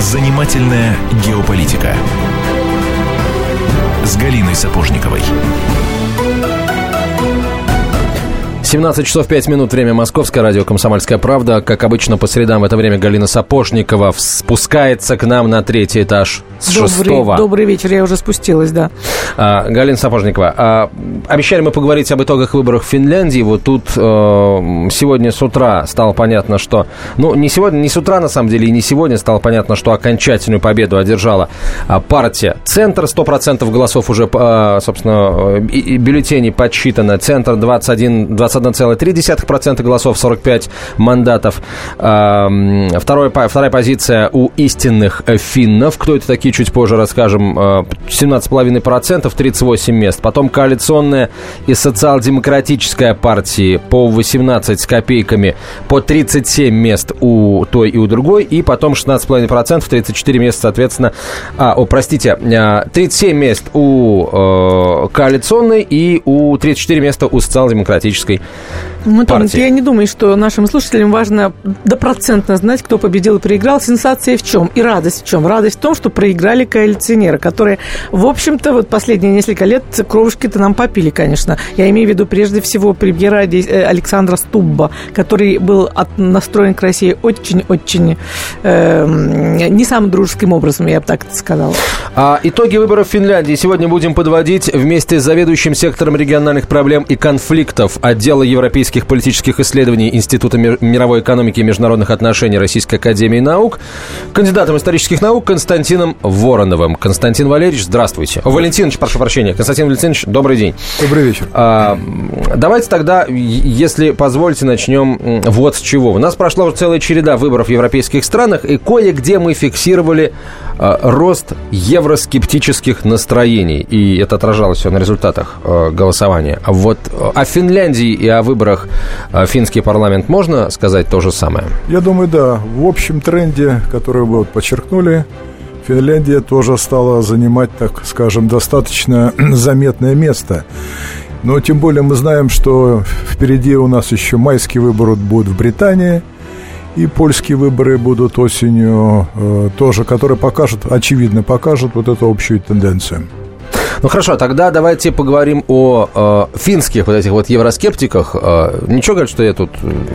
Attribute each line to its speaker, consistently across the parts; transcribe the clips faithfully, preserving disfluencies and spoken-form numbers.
Speaker 1: Занимательная геополитика с Галиной Сапожниковой.
Speaker 2: семнадцать часов пять минут, время московское, радио «Комсомольская правда». Как обычно, по средам в это время Галина Сапожникова спускается к нам на третий этаж с
Speaker 3: добрый,
Speaker 2: шестого.
Speaker 3: Добрый вечер, я уже спустилась, да.
Speaker 2: А, Галина Сапожникова, а, обещали мы поговорить об итогах выборов в Финляндии. Вот тут а, сегодня с утра стало понятно, что... Ну, не сегодня, не с утра, на самом деле, и не сегодня стало понятно, что окончательную победу одержала а, партия «Центр». сто процентов голосов уже, а, собственно, и, и бюллетеней подсчитано. «Центр» двадцать один, двадцать одна целая три десятых процента голосов, сорок пять мандатов. А, второе, вторая позиция у «Истинных финнов». Кто это такие, чуть позже расскажем. семнадцать целых пять десятых процента, тридцать восемь мест. Потом коалиционная и социал-демократическая партии по восемнадцать с копейками, по тридцать семь мест у той и у другой. И потом шестнадцать целых пять десятых процента, тридцать четыре места, соответственно... А, о, простите, тридцать семь мест у э, коалиционной и у тридцать четыре места у социал-демократической
Speaker 3: Ну, Том,
Speaker 2: партии.
Speaker 3: я не думаю, что нашим слушателям важно допроцентно знать, кто победил и проиграл. Сенсация в чем? И радость в чем? Радость в том, что проиграли коалиционеры, которые, в общем-то, вот последние несколько лет кровушки-то нам попили, конечно. Я имею в виду прежде всего премьера Александра Стубба, который был от, настроен к России очень-очень э, не самым дружеским образом, я бы так это сказала.
Speaker 2: А итоги выборов в Финляндии сегодня будем подводить вместе с заведующим сектором региональных проблем и конфликтов отдела европейских политических исследований Института мировой экономики и международных отношений Российской академии наук, кандидатом исторических наук Константином Вороновым. Константин Валерьевич, здравствуйте. О, Валентинович, прошу прощения. Константин Валентинович, добрый день.
Speaker 4: Добрый вечер.
Speaker 2: А, давайте тогда, если позволите, начнем вот с чего. У нас прошла уже целая череда выборов в европейских странах, и кое-где мы фиксировали а, рост евроскептических настроений, и это отражалось все на результатах а, голосования. А вот о Финляндии и о выборах а, финский парламент можно сказать то же самое?
Speaker 4: Я думаю, да. В общем тренде, который вы вот подчеркнули, Финляндия тоже стала занимать, так скажем, достаточно заметное место. Но тем более мы знаем, что впереди у нас еще майские выборы будут в Британии, и польские выборы будут осенью э, тоже, которые покажут, очевидно, покажут вот эту общую тенденцию.
Speaker 2: Ну хорошо, тогда давайте поговорим о э, финских вот этих вот евроскептиках. Э, ничего, говорит, что я тут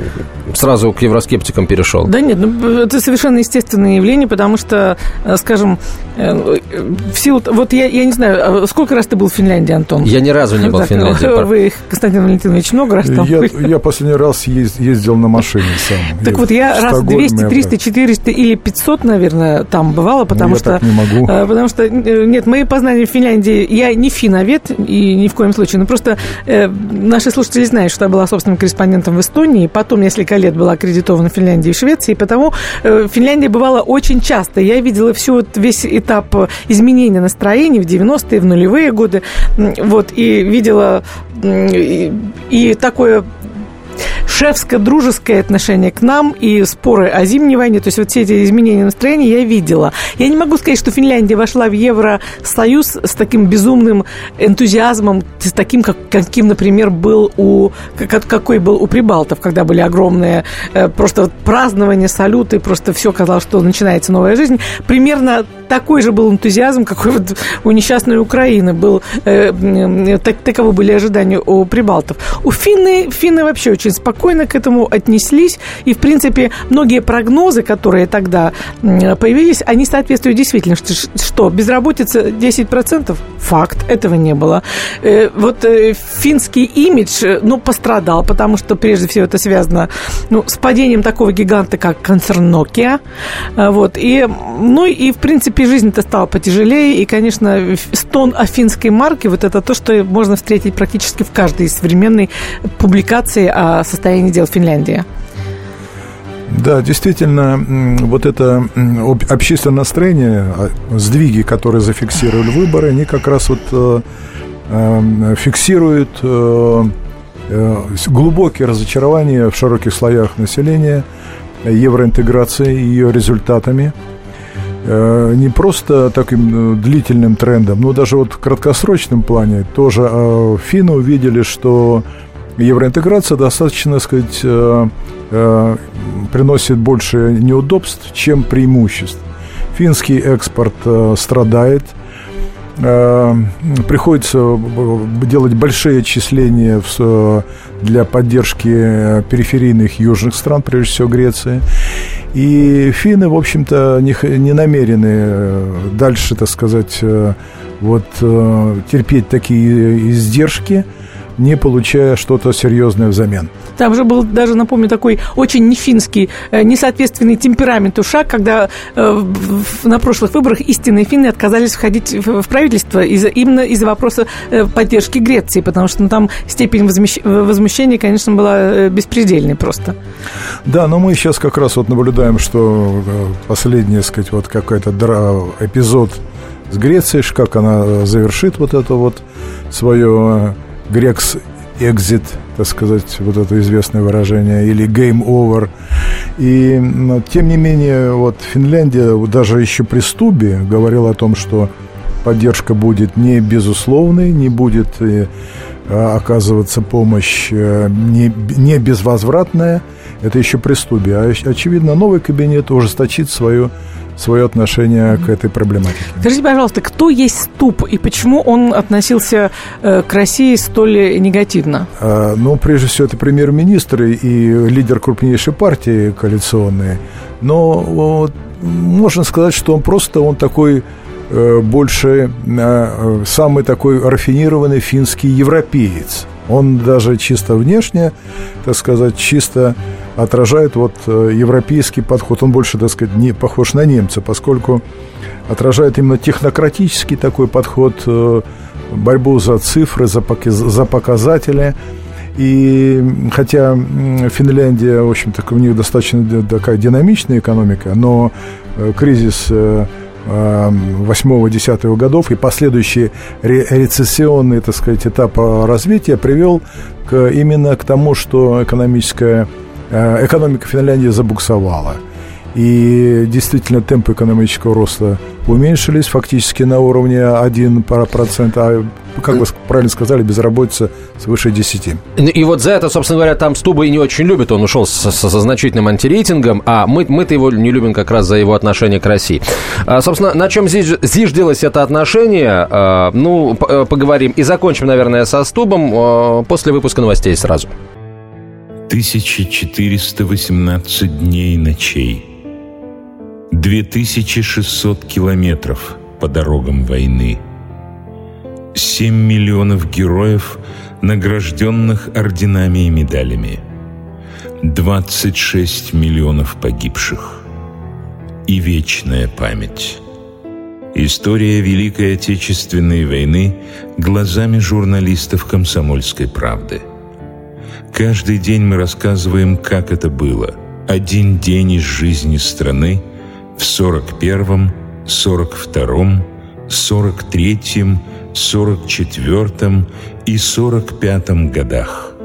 Speaker 2: сразу к евроскептикам перешел?
Speaker 3: Да нет, ну, это совершенно естественное явление, потому что, скажем, э, в силу... Вот я, я не знаю, сколько раз ты был в Финляндии, Антон?
Speaker 2: Я ни разу не был
Speaker 3: так,
Speaker 2: в Финляндии.
Speaker 3: Вы, Константин Валентинович, много раз там
Speaker 4: я,
Speaker 3: были?
Speaker 4: я последний раз ез, ездил на машине сам.
Speaker 3: Так
Speaker 4: я
Speaker 3: вот, я раз двести, триста, четыреста или пятьсот, наверное, там бывала, потому
Speaker 4: ну, я
Speaker 3: что...
Speaker 4: так не могу.
Speaker 3: Потому что, нет, мои познания в Финляндии... Я не финновед, и ни в коем случае, но просто э, наши слушатели знают, что я была собственным корреспондентом в Эстонии, потом несколько лет была аккредитована в Финляндии и в Швеции, и потому э, Финляндия бывала очень часто. Я видела всю, вот, весь этап изменения настроений в девяностые, в нулевые годы, вот, и видела э, и, и такое... шефско-дружеское отношение к нам и споры о зимней войне, то есть вот все эти изменения настроения я видела. Я не могу сказать, что Финляндия вошла в Евросоюз с таким безумным энтузиазмом, с таким, как, каким, например, был у, как, какой был у прибалтов, когда были огромные просто вот празднования, салюты, просто все казалось, что начинается новая жизнь. Примерно такой же был энтузиазм, какой вот у несчастной Украины был, э, так, таковы были ожидания у прибалтов. У финны, финны вообще очень спокойно к этому отнеслись, и, в принципе, многие прогнозы, которые тогда появились, они соответствуют действительности. Что, безработица десять процентов? Факт, этого не было. Э, вот э, финский имидж, ну, пострадал, потому что, прежде всего, это связано, ну, с падением такого гиганта, как концерн Nokia, вот, и, ну, и, в принципе, жизнь-то стала потяжелее, и, конечно, стон о финской марке, вот это то, что можно встретить практически в каждой современной публикации о состоянии дел в Финляндии.
Speaker 4: Да, действительно, вот это общественное настроение, сдвиги, которые зафиксировали выборы, они как раз вот э, фиксируют э, глубокие разочарования в широких слоях населения евроинтеграцией и ее результатами. Не просто таким длительным трендом, но даже вот в краткосрочном плане тоже финны увидели, что евроинтеграция достаточно, так сказать, приносит больше неудобств, чем преимуществ. Финский экспорт страдает. Приходится делать большие отчисления для поддержки периферийных южных стран, прежде всего Греции. И финны, в общем-то, не намерены дальше, так сказать, вот, терпеть такие издержки, не получая что-то серьезное взамен.
Speaker 3: Там же был даже, напомню, такой очень нефинский, несоответственный темпераменту шаг, когда э, в, на прошлых выборах истинные финны отказались входить в, в правительство из-за, именно из-за вопроса э, поддержки Греции, потому что ну, там степень возмещ... возмущения, конечно, была беспредельной просто.
Speaker 4: Да, но мы сейчас как раз вот наблюдаем, что последний, так сказать, вот какой-то дра... эпизод с Грецией, как она завершит вот это вот свое Грекс экзит, так сказать, вот это известное выражение, или game over. И, но, тем не менее, вот Финляндия даже еще при Стубе говорила о том, что поддержка будет не безусловной, не будет э, оказываться помощь э, не, не безвозвратная. Это еще при Стубе. А, очевидно, новый кабинет ужесточит свою свое отношение к этой проблематике.
Speaker 3: Скажите, пожалуйста, кто есть Стуб и почему он относился э, к России столь негативно?
Speaker 4: А, ну, прежде всего, это премьер-министр и лидер крупнейшей партии коалиционной. Но вот, можно сказать, что он просто он такой э, больше э, самый такой рафинированный финский европеец. Он даже чисто внешне, так сказать, чисто отражает вот европейский подход. Он больше, так сказать, не похож на немца, поскольку отражает именно технократический такой подход, борьбу за цифры, за показатели. И хотя Финляндия, в общем-то, у них достаточно такая динамичная экономика, но кризис восьмого-десятого годов и последующий рецессионный, так сказать, этап развития привел к, именно к тому, что экономическая, экономика Финляндии забуксовала. И действительно темпы экономического роста уменьшились фактически на уровне один процент, а, как вы правильно сказали, безработица свыше десяти.
Speaker 2: И вот за это, собственно говоря, там Стуба и не очень любит, он ушел со, со значительным антирейтингом, а мы, мы-то его не любим как раз за его отношение к России. А, собственно, на чем здесь зиждилось это отношение, а, ну, поговорим и закончим, наверное, со Стубом а, после выпуска новостей сразу.
Speaker 5: тысяча четыреста восемнадцать дней и ночей. две тысячи шестьсот километров по дорогам войны. семь миллионов героев, награжденных орденами и медалями. двадцать шесть миллионов погибших. И вечная память. История Великой Отечественной войны глазами журналистов «Комсомольской правды». Каждый день мы рассказываем, как это было. Один день из жизни страны в сорок первом, сорок втором, сорок третьем, сорок четвертом и сорок пятом годах.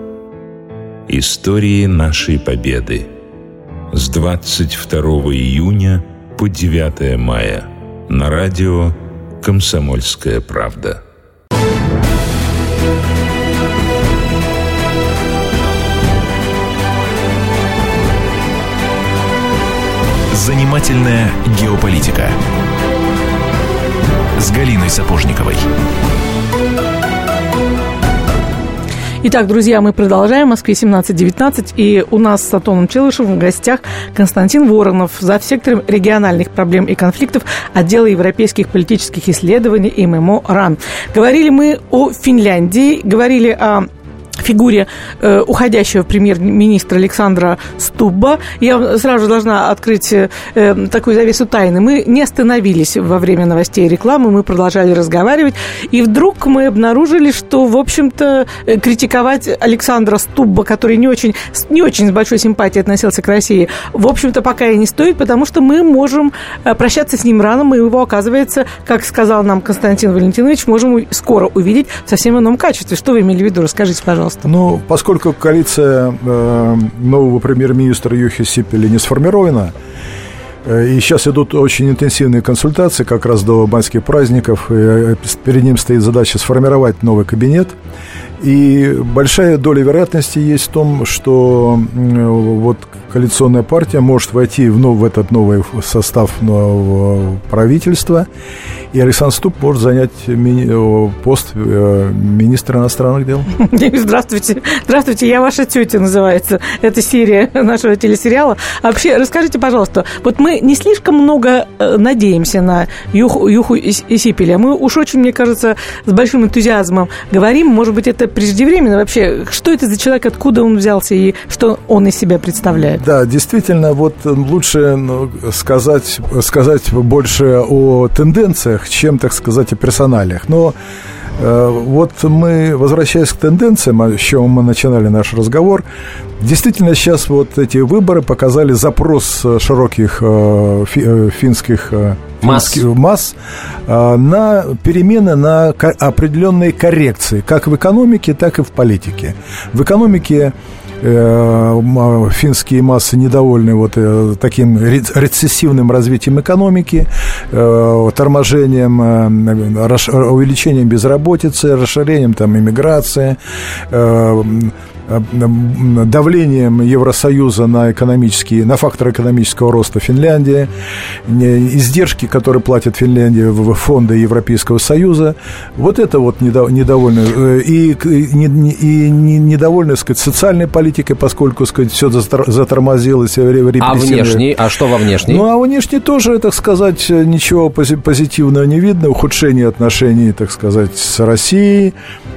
Speaker 5: Истории нашей победы. С двадцать второго июня по девятое мая. На радио «Комсомольская правда».
Speaker 1: Занимательная геополитика с Галиной Сапожниковой.
Speaker 3: Итак, друзья, мы продолжаем. В Москве семнадцать девятнадцать. И у нас с Антоном Челышевым в гостях Константин Воронов, завсектором региональных проблем и конфликтов отдела европейских политических исследований эм эм о РАН. Говорили мы о Финляндии, говорили о фигуре э, уходящего премьер-министра Александра Стуба. Я сразу же должна открыть э, такую завесу тайны. Мы не остановились во время новостей и рекламы, мы продолжали разговаривать, и вдруг мы обнаружили, что, в общем-то, критиковать Александра Стуба, который не очень, не очень с большой симпатией относился к России, в общем-то, пока и не стоит, потому что мы можем прощаться с ним рано, мы его, оказывается, как сказал нам Константин Валентинович, можем скоро увидеть в совсем ином качестве. Что вы имели в виду? Расскажите, пожалуйста.
Speaker 4: Ну, поскольку коалиция э, нового премьер-министра Юхи Сипиля не сформирована, э, и сейчас идут очень интенсивные консультации, как раз до майских праздников, и, э, перед ним стоит задача сформировать новый кабинет, и большая доля вероятности есть в том, что э, вот коалиционная партия может войти в, нов, в этот новый состав нового правительства, и Александр Ступп может занять мини, пост э, министра иностранных дел.
Speaker 3: Здравствуйте. Здравствуйте, я ваша тетя, называется эта серия нашего телесериала. А вообще, расскажите, пожалуйста, вот мы не слишком много надеемся на Юху, Юху Сипеля. Мы уж очень, мне кажется, с большим энтузиазмом говорим. Может быть, это преждевременно вообще? Что это за человек, откуда он взялся и что он из себя представляет?
Speaker 4: Да, действительно, вот лучше сказать, сказать больше о тенденциях, чем, так сказать, о персоналиях. Но э, вот мы, возвращаясь к тенденциям, с чего мы начинали наш разговор, действительно сейчас вот эти выборы показали запрос широких э, фи, финских э, масс, масс э, на перемены, на ко- определенные коррекции, как в экономике, так и в политике. В экономике финские массы недовольны вот таким рецессивным развитием экономики, торможением, увеличением безработицы, расширением там иммиграции, давлением Евросоюза на экономические, на факторы экономического роста Финляндии, издержки, которые платит Финляндия в фонды Европейского Союза. Вот это вот недовольно. И, и, и недовольны, так сказать, социальной политикой, поскольку, так сказать, все затормозилось.
Speaker 2: А внешний? А что во внешней?
Speaker 4: Ну, а внешний тоже, так сказать, ничего позитивного не видно. Ухудшение отношений, так сказать, с Россией.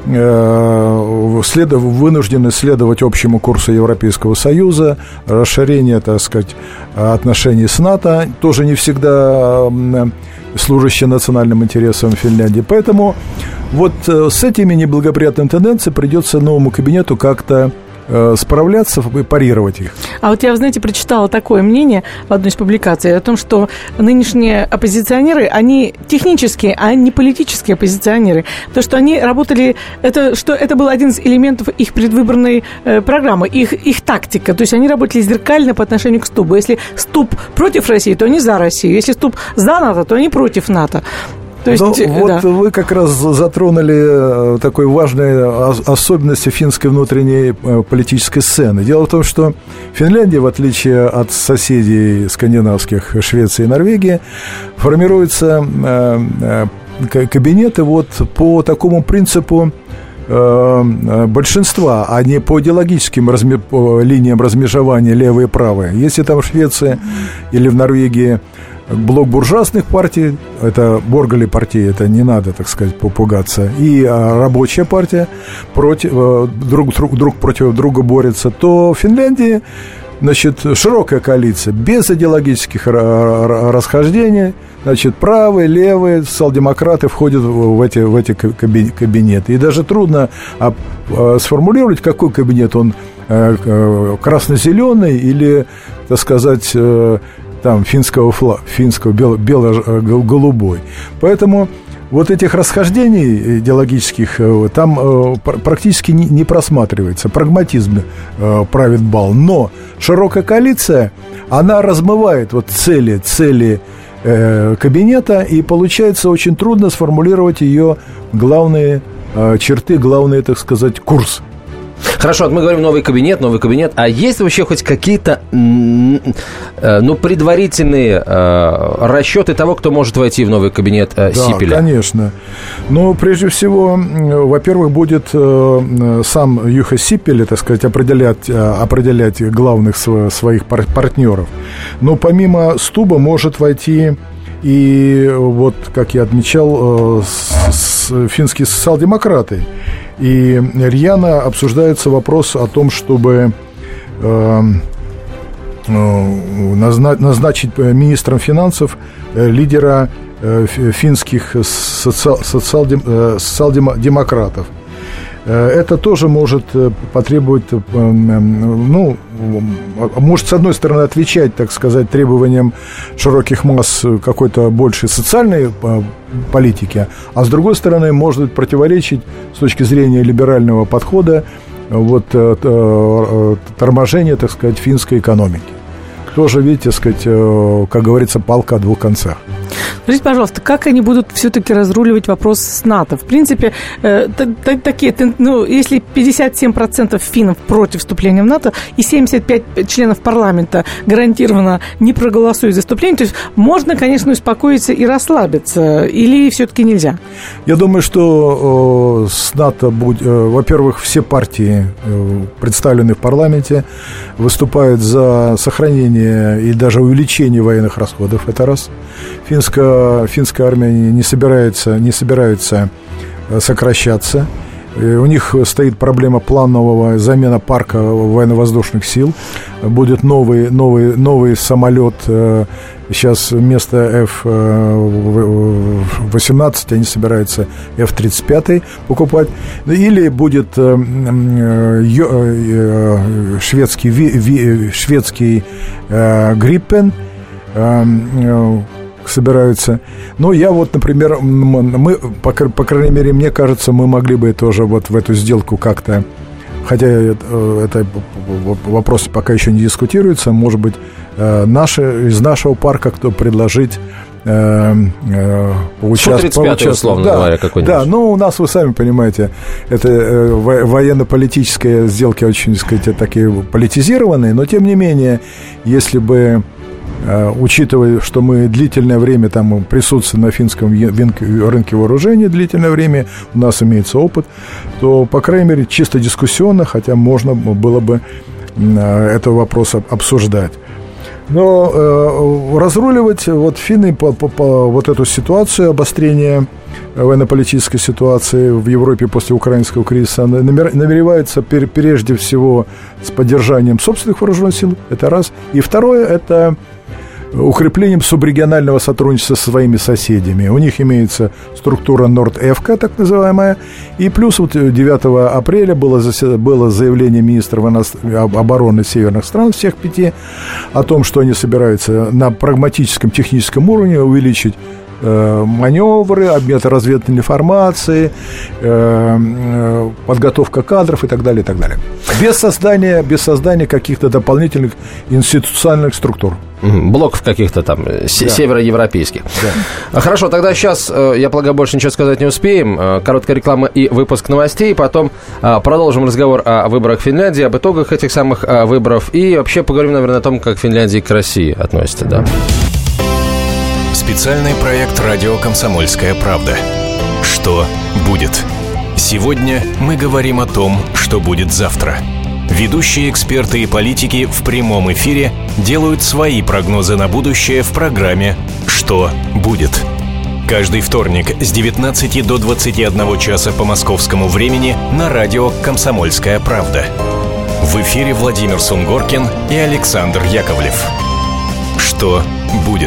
Speaker 4: Вынуждены следовать общему курсу Европейского Союза, расширение, так сказать, отношений с НАТО, тоже не всегда служащее национальным интересам Финляндии. Поэтому вот с этими неблагоприятными тенденциями придется новому кабинету как-то справляться и парировать их.
Speaker 3: А вот я, вы знаете, прочитала такое мнение в одной из публикаций о том, что нынешние оппозиционеры, они технические, а не политические оппозиционеры. То, что они работали, это, что это был один из элементов их предвыборной э, программы, их, их тактика. То есть они работали зеркально по отношению к Ступпу. Если Ступп против России, то они за Россию. Если Ступп за НАТО, то они против НАТО. То есть,
Speaker 4: ну,
Speaker 3: да.
Speaker 4: Вот вы как раз затронули такой важной особенности финской внутренней политической сцены. Дело в том, что Финляндия, в отличие от соседей скандинавских, Швеции и Норвегии, формируются кабинеты вот по такому принципу большинства, а не по идеологическим разми... по линиям размежевания левые и правые. Если там в Швеции или в Норвегии блок буржуазных партий, это Боргали партии, это не надо, так сказать, попугаться, и а, рабочая партия против, друг, друг, друг против друга борется, то в Финляндии, значит, широкая коалиция, без идеологических расхождений, значит, правые, левые, социал-демократы входят в эти, в эти кабинеты. И даже трудно а, а, сформулировать, какой кабинет он, а, а, красно-зеленый или, так сказать, а, там, финского флага, финского бело-голубой. Поэтому вот этих расхождений идеологических там э, практически не, не просматривается. Прагматизм э, правит бал. Но широкая коалиция, она размывает вот цели, цели э, кабинета, и получается очень трудно сформулировать ее главные э, черты, главный, так сказать, курс.
Speaker 2: Хорошо, вот мы говорим новый кабинет, новый кабинет. А есть вообще хоть какие-то, ну, предварительные э, расчеты того, кто может войти в новый кабинет э,
Speaker 4: да,
Speaker 2: Сипеля?
Speaker 4: Да, конечно. Но прежде всего, во-первых, будет э, сам Юха Сипель, так сказать, определять, определять главных своих партнеров. Но помимо Стуба может войти и, вот, как я отмечал, с, с, финские социал-демократы. И рьяно обсуждается вопрос о том, чтобы э, э, назна- назначить министром финансов э, лидера э, финских социал- социал-дем- э, социал-демократов. Это тоже может потребовать, ну, может, с одной стороны, отвечать, так сказать, требованиям широких масс какой-то большей социальной политики, а с другой стороны, может противоречить с точки зрения либерального подхода вот, торможения, так сказать, финской экономики. Тоже, видите, так сказать, как говорится, палка о двух концах.
Speaker 3: Скажите, пожалуйста, как они будут все-таки разруливать вопрос с НАТО? В принципе, э, т- такие, ну, если пятьдесят семь процентов финнов против вступления в НАТО и семьдесят пять членов парламента гарантированно не проголосуют за вступление, то есть можно, конечно, успокоиться и расслабиться, или все-таки нельзя?
Speaker 4: Я думаю, что э, с НАТО, будь, э, во-первых, все партии, э, представленные в парламенте, выступают за сохранение и даже увеличение военных расходов. Это раз. Финская, финская армия не собирается, не собирается сокращаться. У них стоит проблема планового замена парка военно-воздушных сил. Будет новый, новый, новый самолет. Сейчас вместо эф восемнадцать они собираются эф тридцать пять покупать. Или будет шведский, шведский Гриппен собираются. Но я вот, например, мы, по, по крайней мере, мне кажется, мы могли бы тоже вот в эту сделку как-то, хотя это вопрос пока еще не дискутируется, может быть, наши, из нашего парка кто предложить э, э, поучаствовать, поучаствовать.
Speaker 2: Условно
Speaker 4: да,
Speaker 2: говоря, какой-нибудь.
Speaker 4: Да, но у нас, вы сами понимаете, это э, военно-политические сделки очень, так сказать, такие политизированные, но тем не менее, если бы, учитывая, что мы длительное время там присутствуем на финском рынке вооружений, длительное время, у нас имеется опыт, то, по крайней мере, чисто дискуссионно, хотя можно было бы этот вопрос обсуждать. Но э, разруливать вот финны по, по, по вот эту ситуацию обострения военно-политической ситуации в Европе после украинского кризиса намереваются прежде всего с поддержанием собственных вооруженных сил, это раз. И второе, это укреплением субрегионального сотрудничества со своими соседями. У них имеется структура Норд-Эфка, так называемая, и плюс вот девятого апреля было, было заявление министра обороны северных стран, всех пяти, о том, что они собираются на прагматическом техническом уровне увеличить маневры, обмен разведывательной информацией, подготовка кадров и так далее, и так далее. Без создания, без создания каких-то дополнительных институциональных структур.
Speaker 2: Блоков каких-то там да. североевропейских. Да. Хорошо, тогда сейчас, я полагаю, больше ничего сказать не успеем. Короткая реклама и выпуск новостей. Потом продолжим разговор о выборах в Финляндии, об итогах этих самых выборов. И вообще поговорим, наверное, о том, как Финляндия к России относится. Да.
Speaker 1: Специальный проект «Радио Комсомольская правда». Что будет? Сегодня мы говорим о том, что будет завтра. Ведущие эксперты и политики в прямом эфире делают свои прогнозы на будущее в программе «Что будет?». Каждый вторник с девятнадцати до двадцати одного часа по московскому времени на радио «Комсомольская правда». В эфире Владимир Сунгоркин и Александр Яковлев. Что будет?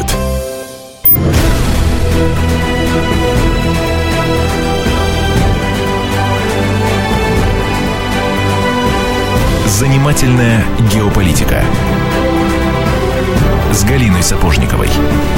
Speaker 1: Занимательная геополитика с Галиной Сапожниковой.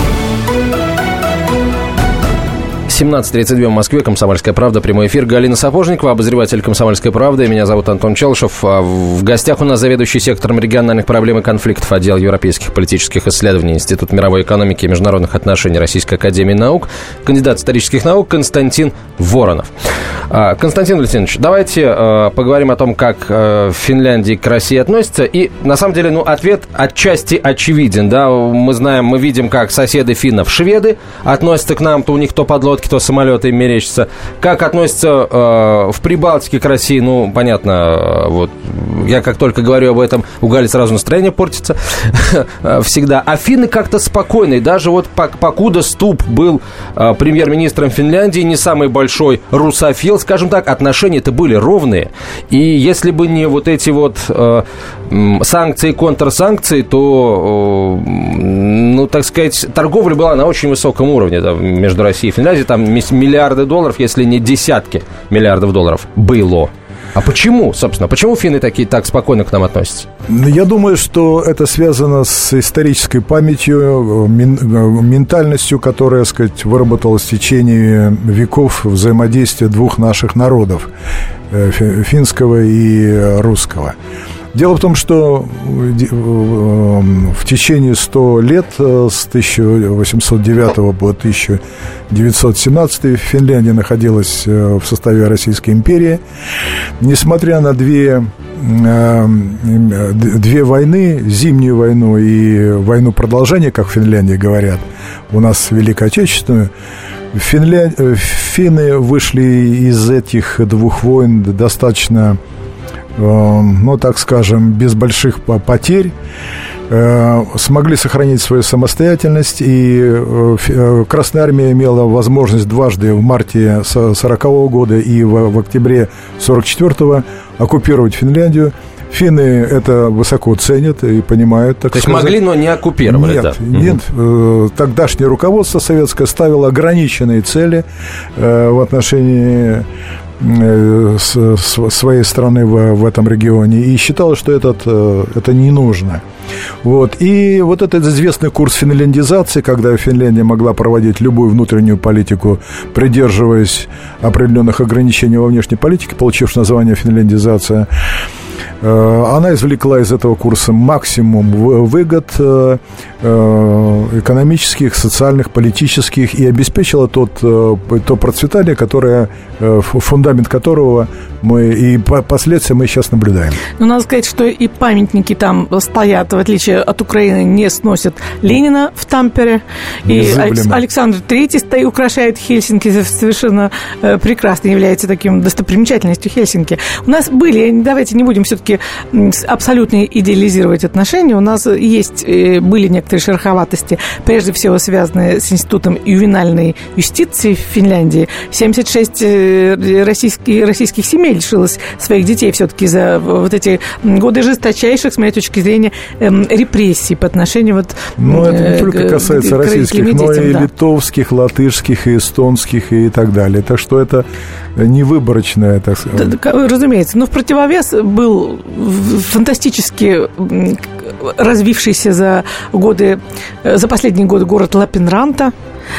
Speaker 2: семнадцать тридцать два в Москве, «Комсомольская правда», прямой эфир. Галина Сапожникова, обозреватель «Комсомольской правды». Меня зовут Антон Челшев. В гостях у нас заведующий сектором региональных проблем и конфликтов отдела европейских политических исследований Институт мировой экономики и международных отношений Российской академии наук, кандидат исторических наук Константин Воронов. Константин Валентинович, давайте поговорим о том, как Финляндия к России относится. И, на самом деле, ну, ответ отчасти очевиден. Да? Мы знаем, мы видим, как соседи финнов, шведы, относятся к нам, то у них то подлодки, то самолеты им мерещатся. Как относятся э, в Прибалтике к России, ну, понятно, э, вот, я как только говорю об этом, у Гали сразу настроение портится всегда. А финны как-то спокойные. Даже вот покуда Ступ был э, премьер-министром Финляндии, не самый большой русофил, скажем так, отношения-то были ровные. И если бы не вот эти вот э, санкции, контрсанкции, то, э, ну, так сказать, торговля была на очень высоком уровне, да, между Россией и Финляндией. Там миллиарды долларов, если не десятки миллиардов долларов было. А почему, собственно, почему финны такие так спокойно к нам относятся?
Speaker 4: Я думаю, что это связано с исторической памятью, ментальностью, которая, так сказать, выработалась в течение веков взаимодействия двух наших народов, финского и русского. Дело в том, что в течение ста лет, с тысяча восемьсот девятого по тысяча девятьсот семнадцатый, Финляндия находилась в составе Российской империи. Несмотря на две, две войны, зимнюю войну и войну продолжения, как в Финляндии говорят, у нас Великую Отечественную, Финля... финны вышли из этих двух войн достаточно, ну, так скажем, без больших потерь, смогли сохранить свою самостоятельность, и Красная Армия имела возможность дважды в марте сорокового года и в октябре сорок четвёртого оккупировать Финляндию. Финны это высоко ценят и понимают, так
Speaker 2: То
Speaker 4: сказать.
Speaker 2: есть могли, но не оккупировали,
Speaker 4: нет,
Speaker 2: да?
Speaker 4: Нет, угу. Тогдашнее руководство советское ставило ограниченные цели в отношении своей страны в, в этом регионе и считала, что этот, это не нужно. Вот. И вот этот известный курс финляндизации, когда Финляндия могла проводить любую внутреннюю политику, придерживаясь определенных ограничений во внешней политике, получивший название финляндизация, она извлекла из этого курса максимум выгод экономических, социальных, политических и обеспечила тот, то процветание, которое, фундамент которого мы и последствия мы сейчас наблюдаем.
Speaker 3: Ну, надо сказать, что и памятники там стоят, в отличие от Украины, не сносят Ленина в Тампере. И Александр Третий стоит, украшает Хельсинки, совершенно прекрасно является таким достопримечательностью Хельсинки. У нас были, давайте не будем все-таки абсолютно идеализировать отношения. У нас есть, были некоторые шероховатости, прежде всего связанные с институтом ювенальной юстиции в Финляндии. семьдесят шесть российских, российских семей лишилось своих детей все-таки за вот эти годы жесточайших, с моей точки зрения, репрессий по отношению вот...
Speaker 4: Ну, это не только касается к, российских, детям, но и да. литовских, латышских, и эстонских, и так далее. Так что это не выборочное, так сказать.
Speaker 3: Да, разумеется. Но в противовес был фантастически развившийся за годы, за последние годы город Лапинранта.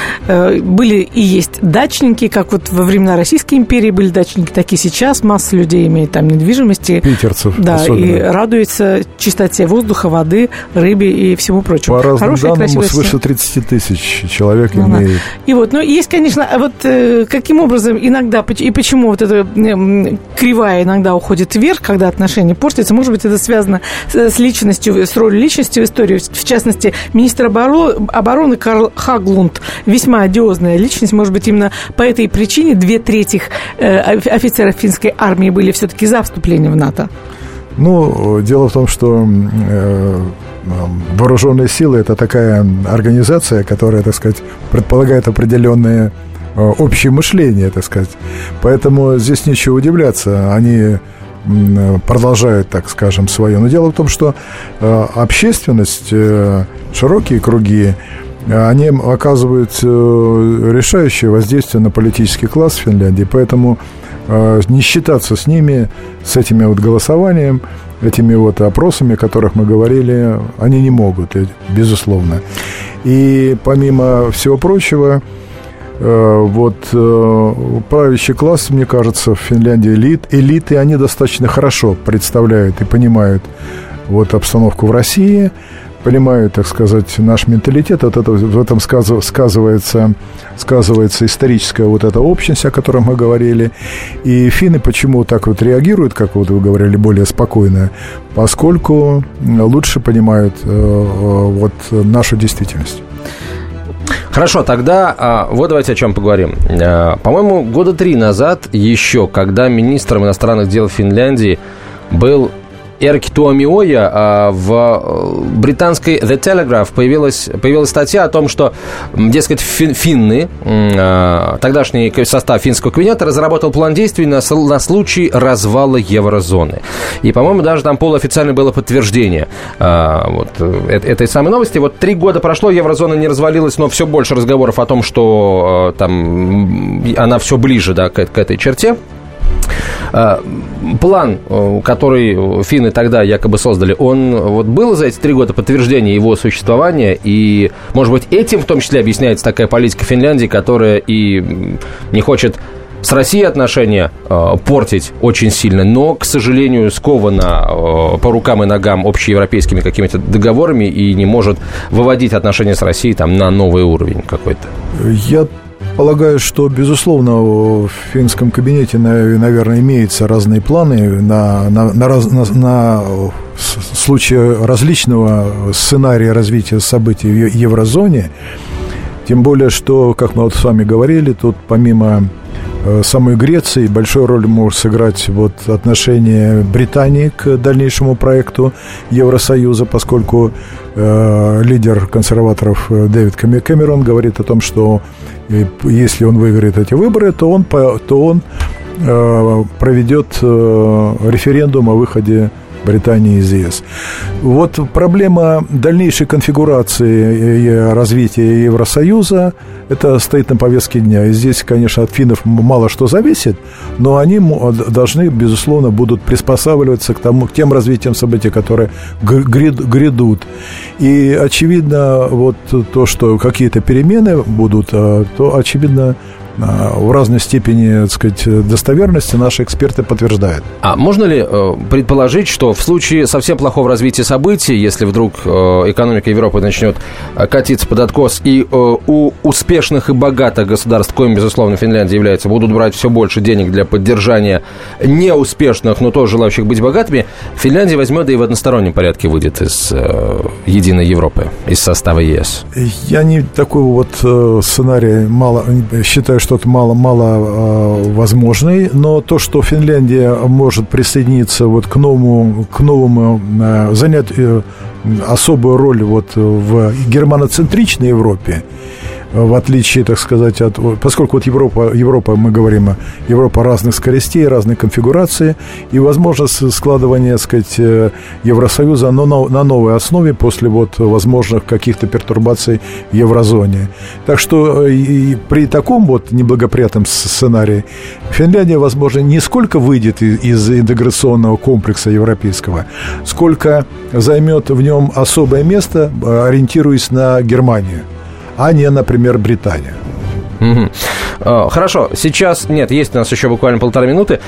Speaker 3: Были и есть дачники, как вот во времена Российской империи были дачники, так и сейчас масса людей имеет там недвижимости.
Speaker 4: Питерцев.
Speaker 3: Да,
Speaker 4: особенно.
Speaker 3: И радуется чистоте воздуха, воды, рыбе и всему прочему.
Speaker 4: По разным
Speaker 3: Хорошая,
Speaker 4: данным, свыше тридцать тысяч человек
Speaker 3: ну,
Speaker 4: имеет.
Speaker 3: Да. И вот, ну, есть, конечно, вот э, каким образом иногда, и почему вот эта э, кривая иногда уходит вверх, когда отношения портятся, может быть, это связано с, с личностью, с ролью личности в истории. В частности, министр обороны, обороны Карл Хаглунд, весьма одиозная личность, может быть, именно по этой причине две трети э, офицеров финской армии были все-таки за вступление в НАТО.
Speaker 4: Ну, дело в том, что э, вооруженные силы – это такая организация, которая, так сказать, предполагает определенное э, общее мышление, так сказать. Поэтому здесь нечего удивляться. Они продолжают, так скажем, свое. Но дело в том, что э, общественность, э, широкие круги, они оказывают решающее воздействие на политический класс в Финляндии, поэтому не считаться с ними, с этими вот голосованием, этими вот опросами, о которых мы говорили, они не могут, безусловно. И помимо всего прочего, вот правящий класс, мне кажется, в Финляндии элит, элиты, они достаточно хорошо представляют и понимают вот обстановку в России, понимают, так сказать, наш менталитет. Вот это, в этом сказывается, сказывается историческая вот эта общность, о которой мы говорили. И финны почему так вот реагируют, как вот вы говорили, более спокойно, поскольку лучше понимают вот нашу действительность.
Speaker 2: Хорошо, тогда вот давайте о чем поговорим. По-моему, года три назад еще, когда министром иностранных дел Финляндии был Эркки Туомиоja, в британской The Telegraph появилась, появилась статья о том, что, дескать, фин, финны, тогдашний состав финского кабинета разработал план действий на, на случай развала еврозоны. И, по-моему, даже там полуофициально было подтверждение вот, этой самой новости. Вот три года прошло, еврозона не развалилась, но все больше разговоров о том, что там она все ближе, да, к, к этой черте. План, который финны тогда якобы создали, он вот был за эти три года подтверждение его существования, и, может быть, этим в том числе объясняется такая политика Финляндии, которая и не хочет с Россией отношения э, портить очень сильно, но, к сожалению, скована э, по рукам и ногам общеевропейскими какими-то договорами и не может выводить отношения с Россией там, на новый уровень какой-то?
Speaker 4: Я полагаю, что, безусловно, в финском кабинете, наверное, имеются разные планы на, на, на, раз, на, на случай различного сценария развития событий в еврозоне. Тем более, что, как мы вот с вами говорили, тут помимо самой Греции большую роль может сыграть вот отношение Британии к дальнейшему проекту Евросоюза, поскольку э, лидер консерваторов Дэвид Кэмерон говорит о том, что э, если он выиграет эти выборы, то он, то он э, проведет э, референдум о выходе Британии из ЕС. Вот проблема дальнейшей конфигурации и развития Евросоюза, это стоит на повестке дня. И здесь, конечно, от финнов мало что зависит, но они должны, безусловно, будут приспосабливаться к, тому, к тем развитиям событий, которые грядут. И, очевидно, вот то, что какие-то перемены будут, то, очевидно, в разной степени, так сказать, достоверности наши эксперты подтверждают.
Speaker 2: А можно ли э, предположить, что в случае совсем плохого развития событий, если вдруг э, экономика Европы начнет э, катиться под откос, и э, у успешных и богатых государств, коим, безусловно, Финляндия является, будут брать все больше денег для поддержания неуспешных, но тоже желающих быть богатыми, Финляндия возьмет и в одностороннем порядке выйдет из э, единой Европы, из состава ЕС?
Speaker 4: Я не такой вот э, сценарий мало считаю, что что-то мало-мало э, возможный, но то, что Финляндия может присоединиться вот к новому, к новому э, занять э, особую роль вот в германоцентричной Европе, в отличие, так сказать, от... Поскольку вот Европа, Европа, мы говорим, Европа разных скоростей, разной конфигурации, и возможность складывания, так сказать, Евросоюза но на, на новой основе после вот возможных каких-то пертурбаций в еврозоне. Так что и при таком вот неблагоприятном сценарии Финляндия, возможно, не сколько выйдет из, из интеграционного комплекса европейского, сколько займет в нем особое место, ориентируясь на Германию, а не, например, Британия.
Speaker 2: Угу. Хорошо, сейчас, нет, есть у нас еще буквально полтора минуты.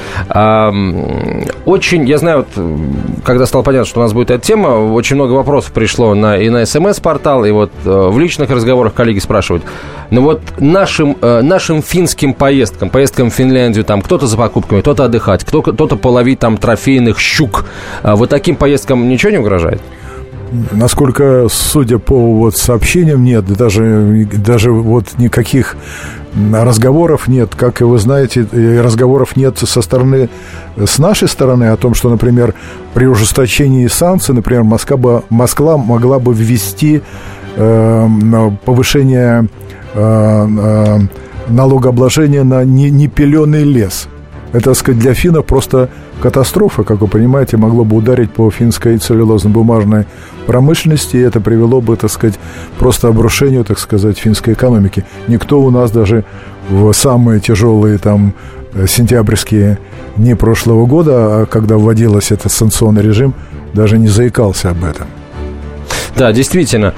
Speaker 2: Очень, я знаю, вот, когда стало понятно, что у нас будет эта тема, очень много вопросов пришло на, и на СМС-портал, и вот в личных разговорах коллеги спрашивают, ну вот нашим, нашим финским поездкам, поездкам в Финляндию, там кто-то за покупками, кто-то отдыхать, кто-то, кто-то половить там трофейных щук, вот таким поездкам ничего не угрожает?
Speaker 4: Насколько, судя по вот сообщениям, нет, даже, даже вот никаких разговоров нет. Как вы знаете, разговоров нет со стороны, с нашей стороны о том, что, например, при ужесточении санкций, например, Москва, бы, Москва могла бы ввести э, повышение э, э, налогообложения на непиленый лес. Это, так сказать, для финнов просто катастрофа, как вы понимаете, могло бы ударить по финской целлюлозно-бумажной промышленности, и это привело бы, так сказать, просто обрушению, так сказать, финской экономики. Никто у нас даже в самые тяжелые там сентябрьские дни прошлого года, когда вводился этот санкционный режим, даже не заикался об этом.
Speaker 2: Да, действительно.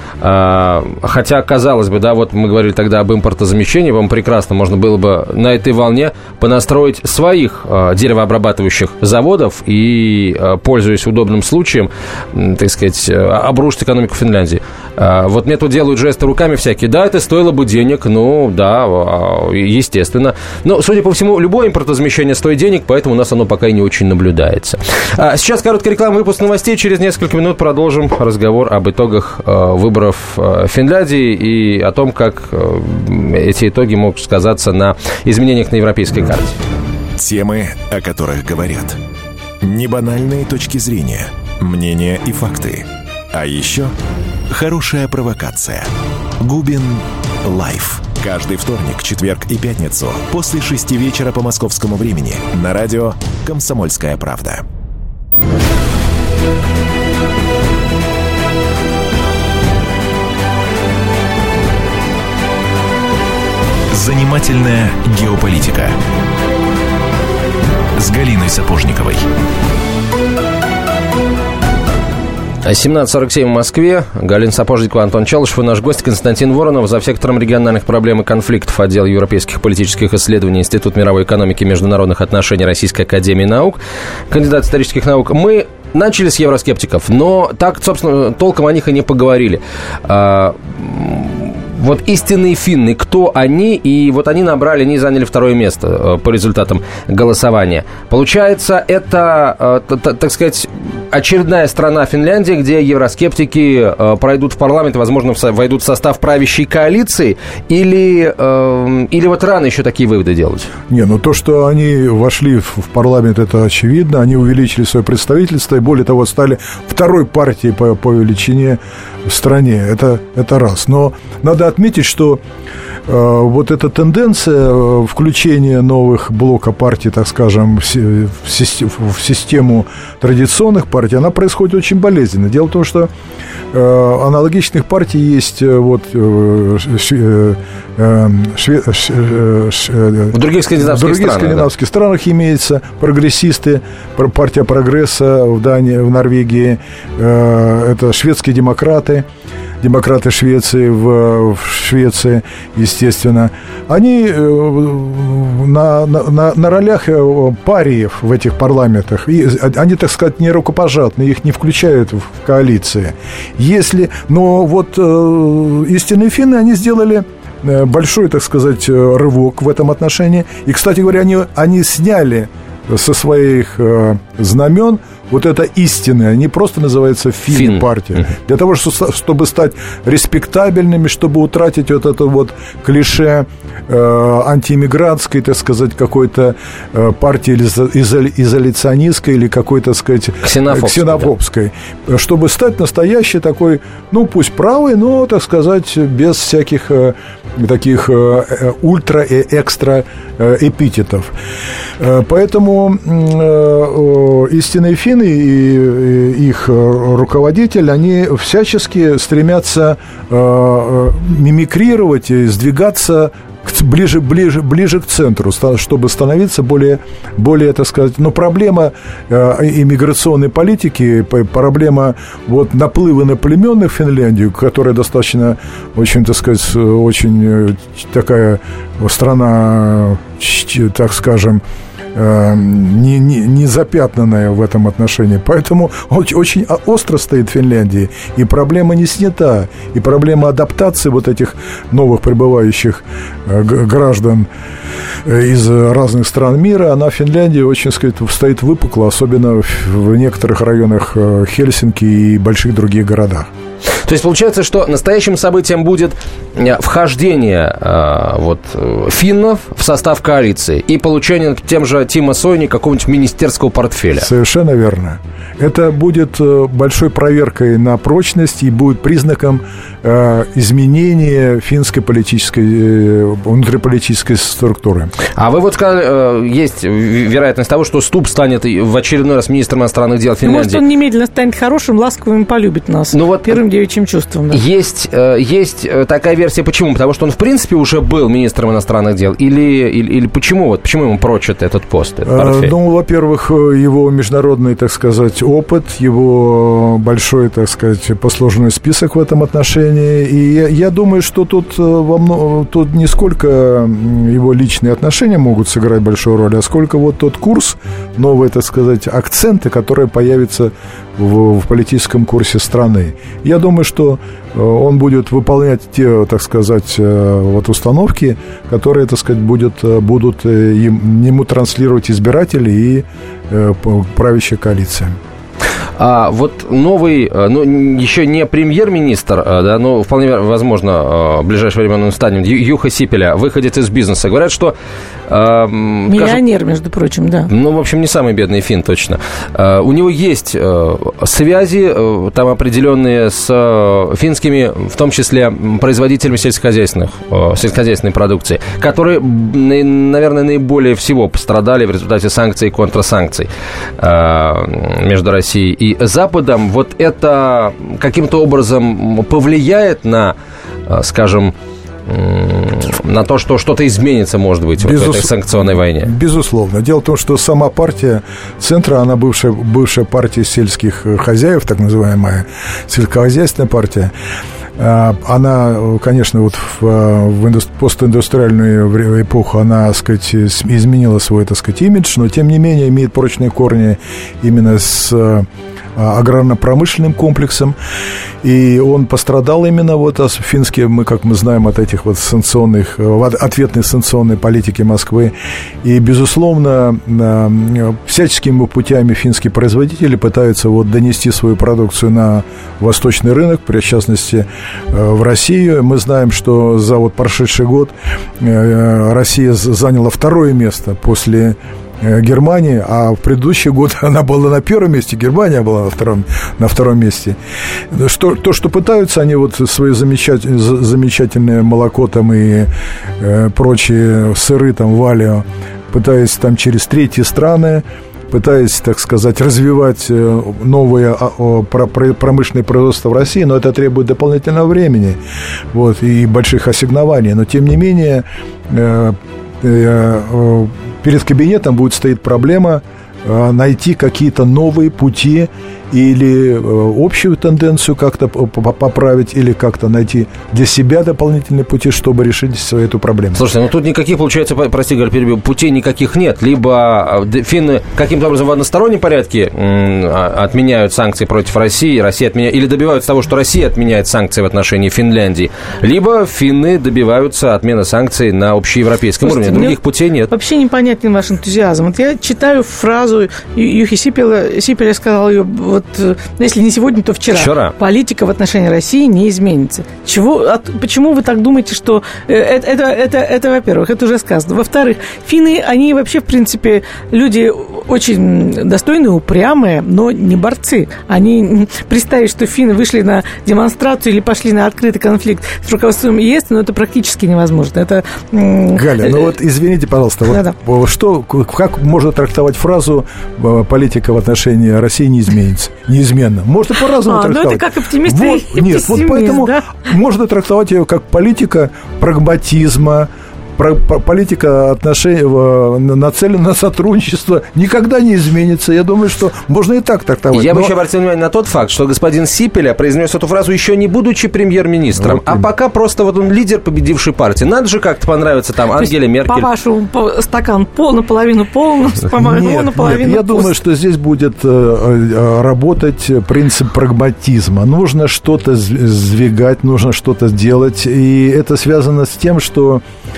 Speaker 2: Хотя, казалось бы, да, вот мы говорили тогда об импортозамещении, по-моему, прекрасно можно было бы на этой волне понастроить своих деревообрабатывающих заводов и, пользуясь удобным случаем, так сказать, обрушить экономику Финляндии. Вот мне тут делают жесты руками всякие. Да, это стоило бы денег, ну, да, естественно. Но, судя по всему, любое импортозамещение стоит денег, поэтому у нас оно пока и не очень наблюдается. Сейчас короткая реклама, выпуск новостей. Через несколько минут продолжим разговор об итогах выборов Финляндии и о том, как эти итоги могут сказаться на изменениях на европейской карте.
Speaker 1: Темы, о которых говорят. Небанальные точки зрения, мнения и факты. А еще хорошая провокация. Губин Лайф. Каждый вторник, четверг и пятницу после шести вечера по московскому времени на радио «Комсомольская правда». Занимательная геополитика с Галиной Сапожниковой.
Speaker 2: семнадцать сорок семь в Москве. Галина Сапожникова, Антон Челышев и наш гость Константин Воронов, завсектором региональных проблем и конфликтов отдела европейских политических исследований Институт мировой экономики и международных отношений Российской академии наук, кандидат исторических наук. Мы начали с евроскептиков, но так, собственно, толком о них и не поговорили. Вот истинные финны, кто они? И вот они набрали, они заняли второе место по результатам голосования. Получается, это, так сказать, очередная страна Финляндия, где евроскептики пройдут в парламент, возможно, войдут в состав правящей коалиции? Или, или вот рано еще такие выводы делать?
Speaker 4: Не, ну то, что они вошли в парламент, это очевидно. Они увеличили свое представительство и, более того, стали второй партией по, по величине в стране. Это, это раз. Но надо отметить, что э, вот эта тенденция включения новых блока партий, так скажем, в, в, систему, в систему традиционных партий, она происходит очень болезненно. Дело в том, что э, аналогичных партий есть вот, э, э, э, шве, э, э,
Speaker 2: в других скандинавских,
Speaker 4: в других
Speaker 2: странах,
Speaker 4: скандинавских
Speaker 2: да.
Speaker 4: странах имеется прогрессисты, партия прогресса в Дании, в Норвегии, э, это шведские демократы, демократы Швеции в, в Швеции, естественно, они на, на, на ролях париев в этих парламентах, и они, так сказать, не рукопожатные, их не включают в коалиции. Если, но вот истинные финны, они сделали большой, так сказать, рывок в этом отношении. И, кстати говоря, они, они сняли со своих э, знамен вот это истинное, они просто называются финн партия. Фин. Для того, чтобы стать респектабельными, чтобы утратить вот это вот клише э, антииммигрантской, так сказать, какой-то э, партии изоля- изоляционистской или какой-то, так сказать, ксенофобской, ксенофобской да. Чтобы стать настоящей такой, ну, пусть правой, но, так сказать, без всяких э, таких э, ультра и экстра э, эпитетов. Э, поэтому э, э, истинные финны и их руководитель, они всячески стремятся э, мимикрировать и сдвигаться ближе, ближе, ближе к центру, чтобы становиться более, более, так сказать, но проблема э, иммиграционной политики, проблема вот наплыва иноплеменных в Финляндию, которая достаточно, очень, так сказать, очень такая страна, так скажем, Не, не, не запятнанная в этом отношении. Поэтому очень, очень остро стоит Финляндия. И проблема не снята. И проблема адаптации вот этих новых прибывающих граждан из разных стран мира, она в Финляндии очень, так сказать, стоит выпукло, особенно в некоторых районах Хельсинки и больших других городах.
Speaker 2: То есть получается, что настоящим событием будет вхождение э, вот, финнов в состав коалиции и получение тем же Тимо Сойни какого-нибудь министерского портфеля.
Speaker 4: Совершенно верно. Это будет большой проверкой на прочность и будет признаком э, изменения финской политической, э, внутриполитической структуры.
Speaker 2: А вы вот сказали, э, есть вероятность того, что Стуб станет в очередной раз министром иностранных дел Финляндии.
Speaker 3: Ну, может, он немедленно станет хорошим, ласковым и полюбит нас. Ну, вот первым девичьим чувством. Да.
Speaker 2: Есть, э, есть такая версия. Почему? Потому что он, в принципе, уже был министром иностранных дел? Или, или, или почему? Вот, почему ему прочат этот пост, этот портфель?
Speaker 4: Ну, во-первых, его международный, так сказать, опыт, его большой, так сказать, послужной список в этом отношении. И я, я думаю, что тут, во мно... тут не сколько его личные отношения могут сыграть большую роль, а сколько вот тот курс, новые, так сказать, акценты, которые появятся в, в политическом курсе страны. Я думаю, что он будет выполнять те, так сказать, вот установки, которые, так сказать, будет, будут ему транслировать избиратели и правящая коалиция.
Speaker 2: А вот новый, ну, еще не премьер-министр, да, но вполне возможно, в ближайшее время он станет, Юха Сипиля, выходит из бизнеса. Говорят, что... Э,
Speaker 3: Миллионер, кажется, между прочим, да.
Speaker 2: Ну, в общем, не самый бедный финн, точно. Э, у него есть э, связи, э, там определенные с э, финскими, в том числе производителями сельскохозяйственных, э, сельскохозяйственной продукции, которые, наверное, наиболее всего пострадали в результате санкций и контрсанкций э, между Россией и Западом. Вот это каким-то образом повлияет на, скажем, на то, что что-то изменится, может быть, Безус... вот в этой санкционной войне?
Speaker 4: Безусловно. Дело в том, что сама партия Центра, она бывшая, бывшая партия сельских хозяев, так называемая сельскохозяйственная партия. Она, конечно, вот в, в постиндустриальную эпоху она, так сказать, изменила свой, так сказать, имидж, но, тем не менее, имеет прочные корни именно с аграрно-промышленным комплексом, и он пострадал именно вот финские, мы, как мы знаем, от этих вот санкционных, ответной санкционной политики Москвы, и, безусловно, всяческими путями финские производители пытаются вот донести свою продукцию на восточный рынок, в частности, в Россию. Мы знаем, что за вот прошедший год Россия заняла второе место после Германии, а в предыдущий год она была на первом месте, Германия была на втором, на втором месте. Что, то, что пытаются они вот свои замечательные, замечательные молоко там и э, прочие сыры там, валио, пытаясь там через третьи страны, пытаясь, так сказать, развивать новые промышленные производства в России, но это требует дополнительного времени, вот, и больших ассигнований. Но, тем не менее, э, э, перед кабинетом будет стоять проблема найти какие-то новые пути или общую тенденцию как-то поправить, или как-то найти для себя дополнительные пути, чтобы решить эту проблему.
Speaker 2: Слушайте, ну тут никаких, получается, прости, говоря, перебью, путей никаких нет. Либо финны каким-то образом в одностороннем порядке отменяют санкции против России, Россия отменяет, или добиваются того, что Россия отменяет санкции в отношении Финляндии, либо финны добиваются отмены санкций на общеевропейском Слушайте, уровне. Других путей нет.
Speaker 3: Вообще непонятен ваш энтузиазм. Вот я читаю фразу Юхи Сипеля, Сипеля сказал ее, вот, если не сегодня, то вчера.
Speaker 2: Вчера.
Speaker 3: Политика в отношении России не изменится. Чего, от, почему вы так думаете, что это, это, это, это, во-первых, это уже сказано. Во-вторых, финны, они вообще, в принципе, люди очень достойные, упрямые, но не борцы. Они, представить, что финны вышли на демонстрацию или пошли на открытый конфликт с руководством ЕС, но это практически невозможно. Это...
Speaker 4: Галя, ну вот извините, пожалуйста, вот
Speaker 3: Да-да.
Speaker 4: что, как можно трактовать фразу «политика в отношении России не изменится»? Неизменно. Можно по-разному
Speaker 3: а,
Speaker 4: трактовать.
Speaker 3: Ну, это как оптимист
Speaker 4: вот,
Speaker 3: и
Speaker 4: Нет,
Speaker 3: пессимист,
Speaker 4: вот поэтому
Speaker 3: да?
Speaker 4: можно трактовать ее как политика прагматизма, про, про, политика отношений, нацелена на сотрудничество, никогда не изменится. Я думаю, что можно и так трактовать.
Speaker 2: Я
Speaker 4: но...
Speaker 2: бы еще обратил внимание на тот факт, что господин Сипеля произнес эту фразу еще не будучи премьер-министром, вот а пока просто вот он лидер победившей партии. Надо же как-то понравиться там Ангеле Меркель.
Speaker 3: По-вашему, стакан пол, наполовину полный,
Speaker 4: нет,
Speaker 3: наполовину
Speaker 4: нет, я
Speaker 3: пуст.
Speaker 4: думаю, что здесь будет э, работать принцип прагматизма. Нужно что-то сдвигать, нужно что-то делать. И это связано с тем, что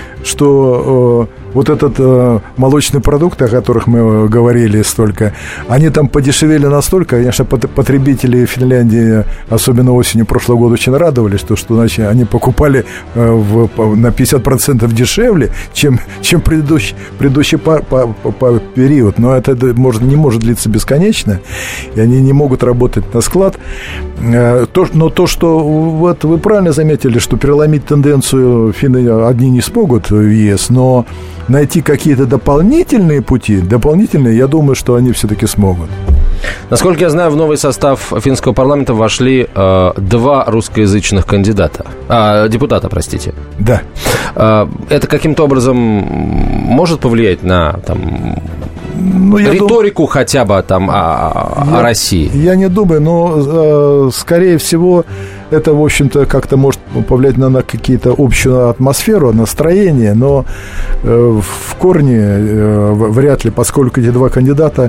Speaker 4: что э, вот этот э, молочный продукт, о которых мы говорили столько, они там подешевели настолько, конечно, потребители Финляндии, особенно осенью прошлого года, очень радовались, что, что значит, они покупали э, в, на пятьдесят процентов дешевле, чем, чем предыдущий, предыдущий пар, по, по, по период. Но это может, не может длиться бесконечно, и они не могут работать на склад. Э, то, но то, что вот вы правильно заметили, что переломить тенденцию финны одни не смогут в ЕС, но найти какие-то дополнительные пути, дополнительные, я думаю, что они все-таки смогут.
Speaker 2: Насколько я знаю, в новый состав финского парламента вошли э, два русскоязычных кандидата, э, депутата, простите.
Speaker 4: Да.
Speaker 2: Э, это каким-то образом может повлиять на там, ну, риторику дум... хотя бы там, о, я, о России?
Speaker 4: Я не думаю, но, э, скорее всего, это, в общем-то, как-то может повлиять на, на какие-то общую атмосферу, настроение, но э, в корне э, вряд ли, поскольку эти два кандидата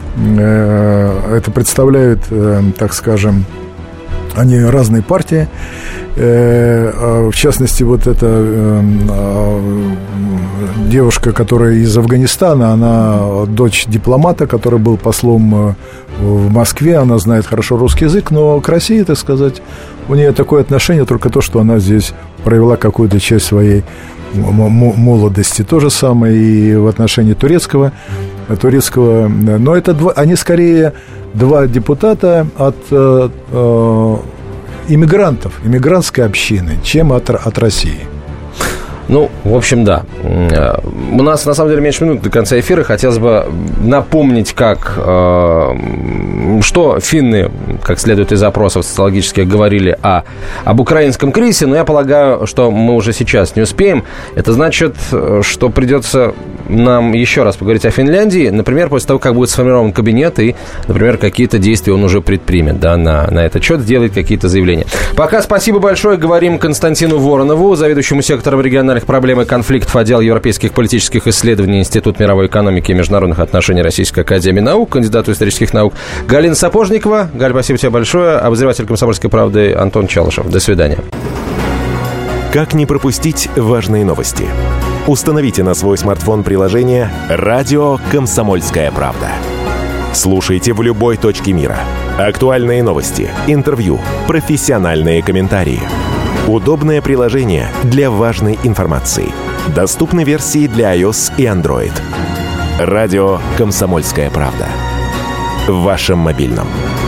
Speaker 4: э, это представляют, э, так скажем, они разные партии. В частности, вот эта девушка, которая из Афганистана, она дочь дипломата, который был послом в Москве, она знает хорошо русский язык, но к России, так сказать, у нее такое отношение, только то, что она здесь провела какую-то часть своей молодости. То же самое и в отношении турецкого, турецкого. Но это два, они скорее два депутата от э, э, иммигрантов, иммигрантской общины, чем от, от России.
Speaker 2: Ну, в общем, да. У нас, на самом деле, меньше минут до конца эфира. Хотелось бы напомнить, как, э, что финны, как следует из опросов социологических, говорили о, об украинском кризисе, но я полагаю, что мы уже сейчас не успеем. Это значит, что придется нам еще раз поговорить о Финляндии, например, после того, как будет сформирован кабинет и, например, какие-то действия он уже предпримет, да, на, на этот счет, сделает какие-то заявления. Пока спасибо большое. Говорим Константину Воронову, заведующему сектором региональных проблем и конфликтов отдела европейских политических исследований Институт мировой экономики и международных отношений Российской академии наук, кандидату исторических наук. Галина Сапожникова. Галь, спасибо тебе большое. Обозреватель «Комсомольской правды» Антон Чалышев. До свидания.
Speaker 6: Как не пропустить важные новости? Установите на свой смартфон приложение «Радио Комсомольская правда». Слушайте в любой точке мира. Актуальные новости, интервью, профессиональные комментарии. Удобное приложение для важной информации. Доступны версии для iOS и Android. «Радио Комсомольская правда». В вашем мобильном.